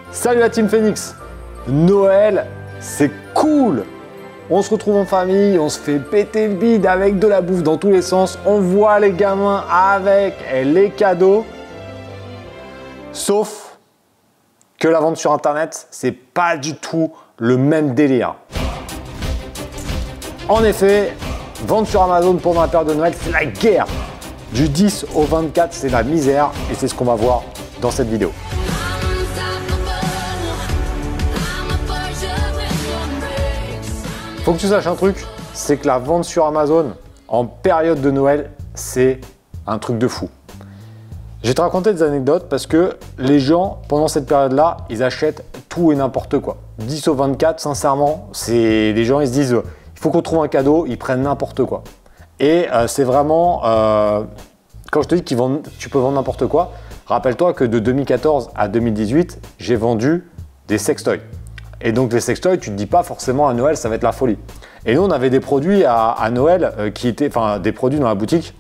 Salut la Team Phoenix. Noël, c'est cool. On se retrouve en famille, on se fait péter le bide avec de la bouffe dans tous les sens. On voit les gamins avec les cadeaux. Sauf que la vente sur Internet, c'est pas du tout le même délire. En effet, vente sur Amazon pendant la période de Noël, c'est la guerre. Du 10 au 24, c'est la misère et c'est ce qu'on va voir dans cette vidéo. Faut que tu saches un truc, c'est que la vente sur Amazon en période de Noël, c'est un truc de fou. Je vais te raconter des anecdotes parce que les gens, pendant cette période-là, ils achètent tout et n'importe quoi. 10 au 24, sincèrement, les gens ils se disent il faut qu'on trouve un cadeau, ils prennent n'importe quoi. Et c'est vraiment, quand je te dis que tu peux vendre n'importe quoi, rappelle-toi que de 2014 à 2018, j'ai vendu des sextoys. Et donc les sextoys, tu ne te dis pas forcément à Noël, ça va être la folie. Et nous, on avait des produits à Noël qui étaient, enfin des produits dans la boutique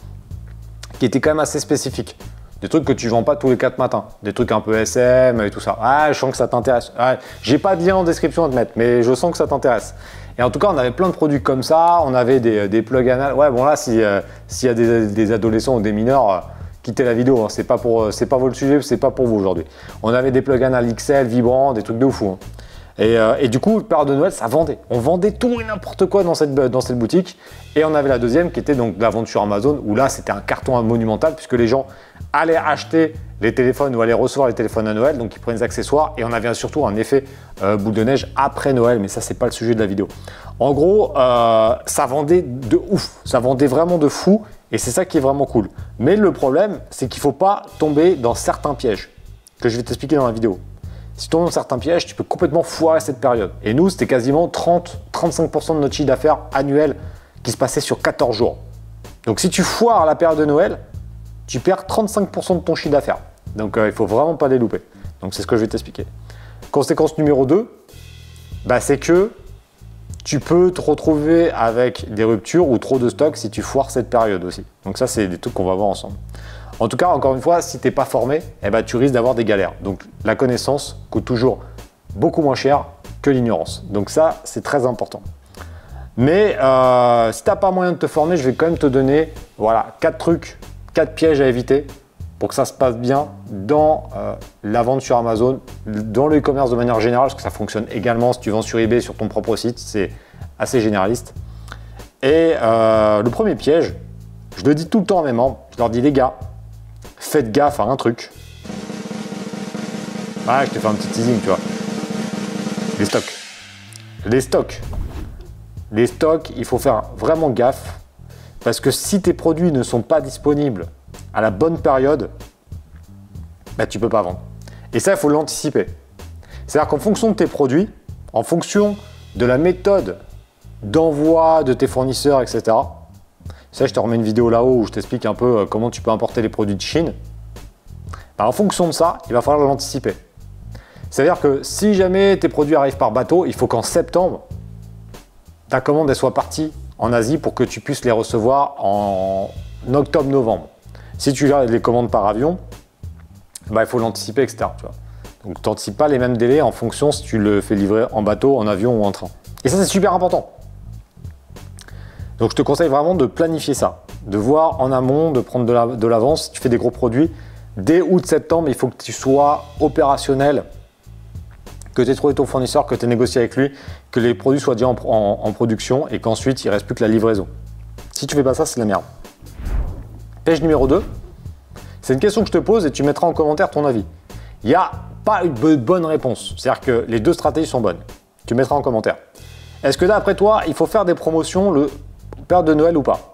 qui étaient quand même assez spécifiques. Des trucs que tu ne vends pas tous les 4 matins. Des trucs un peu SM et tout ça. Ah, je sens que ça t'intéresse. Ah, j'ai pas de lien en description à te mettre, mais je sens que ça t'intéresse. Et en tout cas, on avait plein de produits comme ça. On avait des plugs anal. Ouais, bon là, s'il y a des adolescents ou des mineurs, quittez la vidéo. Hein. C'est pas le sujet, c'est pas pour vous aujourd'hui. On avait des plugs anal XL, vibrants, des trucs de fou. Hein. Et du coup, période de Noël, ça vendait. On vendait tout et n'importe quoi dans cette boutique. Et on avait la deuxième qui était donc la vente sur Amazon, où là, c'était un carton monumental puisque les gens allaient acheter les téléphones ou allaient recevoir les téléphones à Noël, donc ils prenaient des accessoires. Et on avait surtout un effet boule de neige après Noël, mais ça, c'est pas le sujet de la vidéo. En gros, ça vendait de ouf. Ça vendait vraiment de fou. Et c'est ça qui est vraiment cool. Mais le problème, c'est qu'il ne faut pas tomber dans certains pièges que je vais t'expliquer dans la vidéo. Si tu tombes dans certains pièges, tu peux complètement foirer cette période. Et nous, c'était quasiment 30-35% de notre chiffre d'affaires annuel qui se passait sur 14 jours. Donc si tu foires la période de Noël, tu perds 35% de ton chiffre d'affaires. Donc il ne faut vraiment pas les louper. Donc c'est ce que je vais t'expliquer. Conséquence numéro 2, c'est que tu peux te retrouver avec des ruptures ou trop de stock si tu foires cette période aussi. Donc ça, c'est des trucs qu'on va voir ensemble. En tout cas, encore une fois, si tu n'es pas formé, tu risques d'avoir des galères. Donc la connaissance coûte toujours beaucoup moins cher que l'ignorance. Donc ça, c'est très important. Mais si tu n'as pas moyen de te former, je vais quand même te donner 4 trucs, 4 pièges à éviter pour que ça se passe bien dans la vente sur Amazon, dans le e-commerce de manière générale, parce que ça fonctionne également si tu vends sur eBay, sur ton propre site, c'est assez généraliste. Et le premier piège, je le dis tout le temps à mes membres, je leur dis les gars, faites gaffe à un truc. Ah, je te fais un petit teasing, tu vois. Les stocks. Les stocks. Les stocks, il faut faire vraiment gaffe parce que si tes produits ne sont pas disponibles à la bonne période, tu ne peux pas vendre. Et ça, il faut l'anticiper. C'est-à-dire qu'en fonction de tes produits, en fonction de la méthode d'envoi de tes fournisseurs, etc., ça, je te remets une vidéo là-haut où je t'explique un peu comment tu peux importer les produits de Chine. En fonction de ça, il va falloir l'anticiper. C'est-à-dire que si jamais tes produits arrivent par bateau, il faut qu'en septembre, ta commande elle soit partie en Asie pour que tu puisses les recevoir en octobre-novembre. Si tu les commandes par avion, il faut l'anticiper, etc. Tu vois. Donc, tu n'anticipes pas les mêmes délais en fonction si tu le fais livrer en bateau, en avion ou en train. Et ça, c'est super important. Donc je te conseille vraiment de planifier ça, de voir en amont, de prendre de l'avance. Si tu fais des gros produits, dès août-septembre, il faut que tu sois opérationnel, que tu aies trouvé ton fournisseur, que tu aies négocié avec lui, que les produits soient déjà en production et qu'ensuite il ne reste plus que la livraison. Si tu ne fais pas ça, c'est la merde. Piège numéro 2, c'est une question que je te pose et tu mettras en commentaire ton avis. Il n'y a pas une bonne réponse, c'est-à-dire que les deux stratégies sont bonnes. Tu mettras en commentaire. Est-ce que d'après toi, il faut faire des promotions période de Noël ou pas?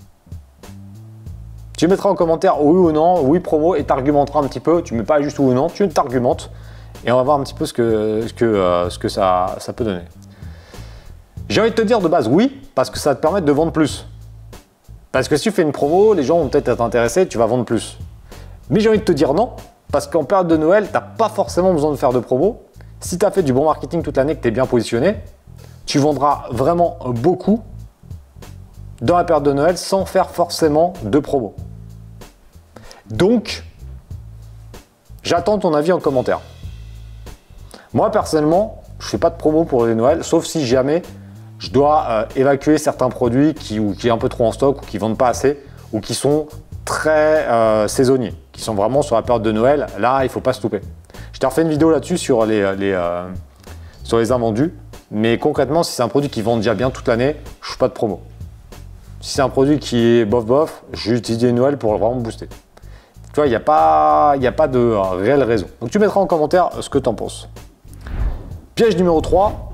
Tu mettras en commentaire oui ou non, oui promo et t'argumenteras un petit peu. Tu mets pas juste oui ou non, tu t'argumentes et on va voir un petit peu ce que ça peut donner. J'ai envie de te dire de base oui, parce que ça va te permettre de vendre plus. Parce que si tu fais une promo, les gens vont peut-être être intéressés, tu vas vendre plus. Mais j'ai envie de te dire non, parce qu'en période de Noël, tu n'as pas forcément besoin de faire de promo. Si tu as fait du bon marketing toute l'année, que tu es bien positionné, tu vendras vraiment beaucoup dans la période de Noël sans faire forcément de promo. Donc, j'attends ton avis en commentaire. Moi, personnellement, je ne fais pas de promo pour les Noël, sauf si jamais je dois évacuer certains produits qui est un peu trop en stock ou qui ne vendent pas assez ou qui sont très saisonniers, qui sont vraiment sur la période de Noël. Là, il ne faut pas se louper. Je t'ai refait une vidéo là-dessus sur les invendus, mais concrètement, si c'est un produit qui vend déjà bien toute l'année, je ne fais pas de promo. Si c'est un produit qui est bof, j'utilise les Noël pour vraiment booster. Tu vois, il n'y a pas de réelle raison. Donc tu mettras en commentaire ce que tu en penses. Piège numéro 3,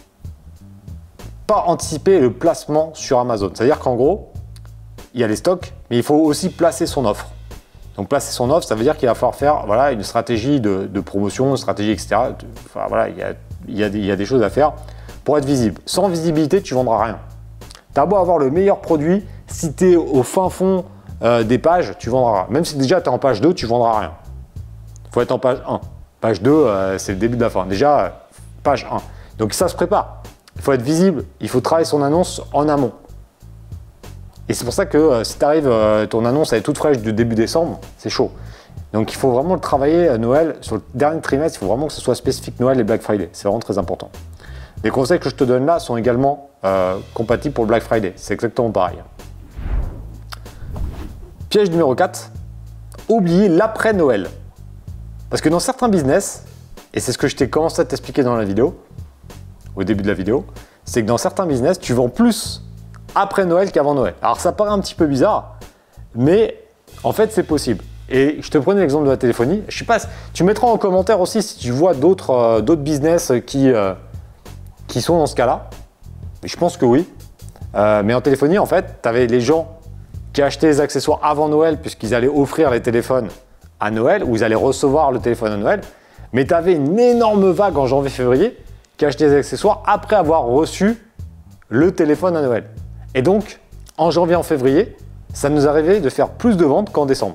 pas anticiper le placement sur Amazon. C'est-à-dire qu'en gros, il y a les stocks, mais il faut aussi placer son offre. Donc placer son offre, ça veut dire qu'il va falloir faire voilà, une stratégie de promotion, une stratégie, etc. Enfin, voilà, il y a des choses à faire pour être visible. Sans visibilité, tu ne vendras rien. Tu as beau avoir le meilleur produit, si tu es au fin fond des pages, tu vendras rien. Même si déjà tu es en page 2, tu ne vendras rien. Il faut être en page 1. Page 2, c'est le début de la fin. Déjà, page 1. Donc ça se prépare. Il faut être visible, il faut travailler son annonce en amont. Et c'est pour ça que si tu arrives, ton annonce elle est toute fraîche du début décembre, c'est chaud. Donc il faut vraiment le travailler à Noël, sur le dernier trimestre, il faut vraiment que ce soit spécifique Noël et Black Friday. C'est vraiment très important. Les conseils que je te donne là sont également compatibles pour le Black Friday. C'est exactement pareil. Piège numéro 4, oublier l'après-Noël. Parce que dans certains business, et c'est ce que je t'ai commencé à t'expliquer dans la vidéo, au début de la vidéo, c'est que dans certains business, tu vends plus après Noël qu'avant Noël. Alors ça paraît un petit peu bizarre, mais en fait c'est possible. Et je te prenais l'exemple de la téléphonie. Je sais pas, tu mettras en commentaire aussi si tu vois d'autres business qui sont dans ce cas-là. Je pense que oui. Mais en téléphonie, en fait, tu avais les gens qui achetaient les accessoires avant Noël puisqu'ils allaient offrir les téléphones à Noël ou ils allaient recevoir le téléphone à Noël. Mais tu avais une énorme vague en janvier-février qui achetaient les accessoires après avoir reçu le téléphone à Noël. Et donc, en janvier, en février, ça nous arrivait de faire plus de ventes qu'en décembre.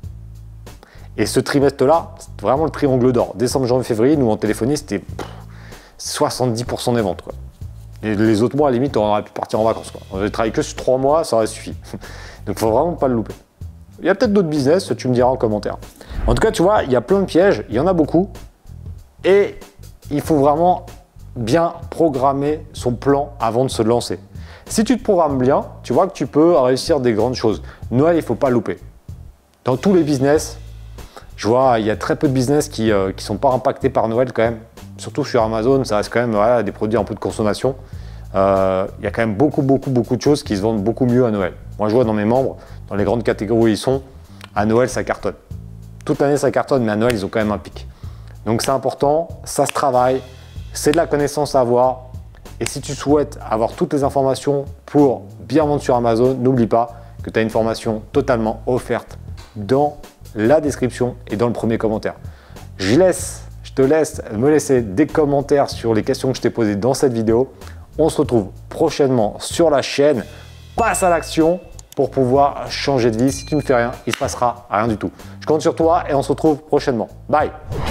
Et ce trimestre-là, c'est vraiment le triangle d'or. Décembre, janvier, février, nous en téléphonie, c'était 70% des ventes, quoi. Et les autres mois, à la limite, on aurait pu partir en vacances, quoi. On avait travaillé que sur 3 mois, ça aurait suffi. Donc, il ne faut vraiment pas le louper. Il y a peut-être d'autres business, tu me diras en commentaire. En tout cas, tu vois, il y a plein de pièges, il y en a beaucoup. Et il faut vraiment bien programmer son plan avant de se lancer. Si tu te programmes bien, tu vois que tu peux réussir des grandes choses. Noël, il ne faut pas louper. Dans tous les business, je vois, il y a très peu de business qui ne sont pas impactés par Noël quand même. Surtout sur Amazon, ça reste quand même voilà, des produits un peu de consommation. Il y a quand même beaucoup de choses qui se vendent beaucoup mieux à Noël. Moi, je vois dans mes membres, dans les grandes catégories où ils sont, à Noël, ça cartonne. Toute l'année, ça cartonne, mais à Noël, ils ont quand même un pic. Donc, c'est important, ça se travaille, c'est de la connaissance à avoir. Et si tu souhaites avoir toutes les informations pour bien vendre sur Amazon, n'oublie pas que tu as une formation totalement offerte dans la description et dans le premier commentaire. Je te laisse me laisser des commentaires sur les questions que je t'ai posées dans cette vidéo. On se retrouve prochainement sur la chaîne. Passe à l'action pour pouvoir changer de vie. Si tu ne fais rien, il ne se passera rien du tout. Je compte sur toi et on se retrouve prochainement. Bye!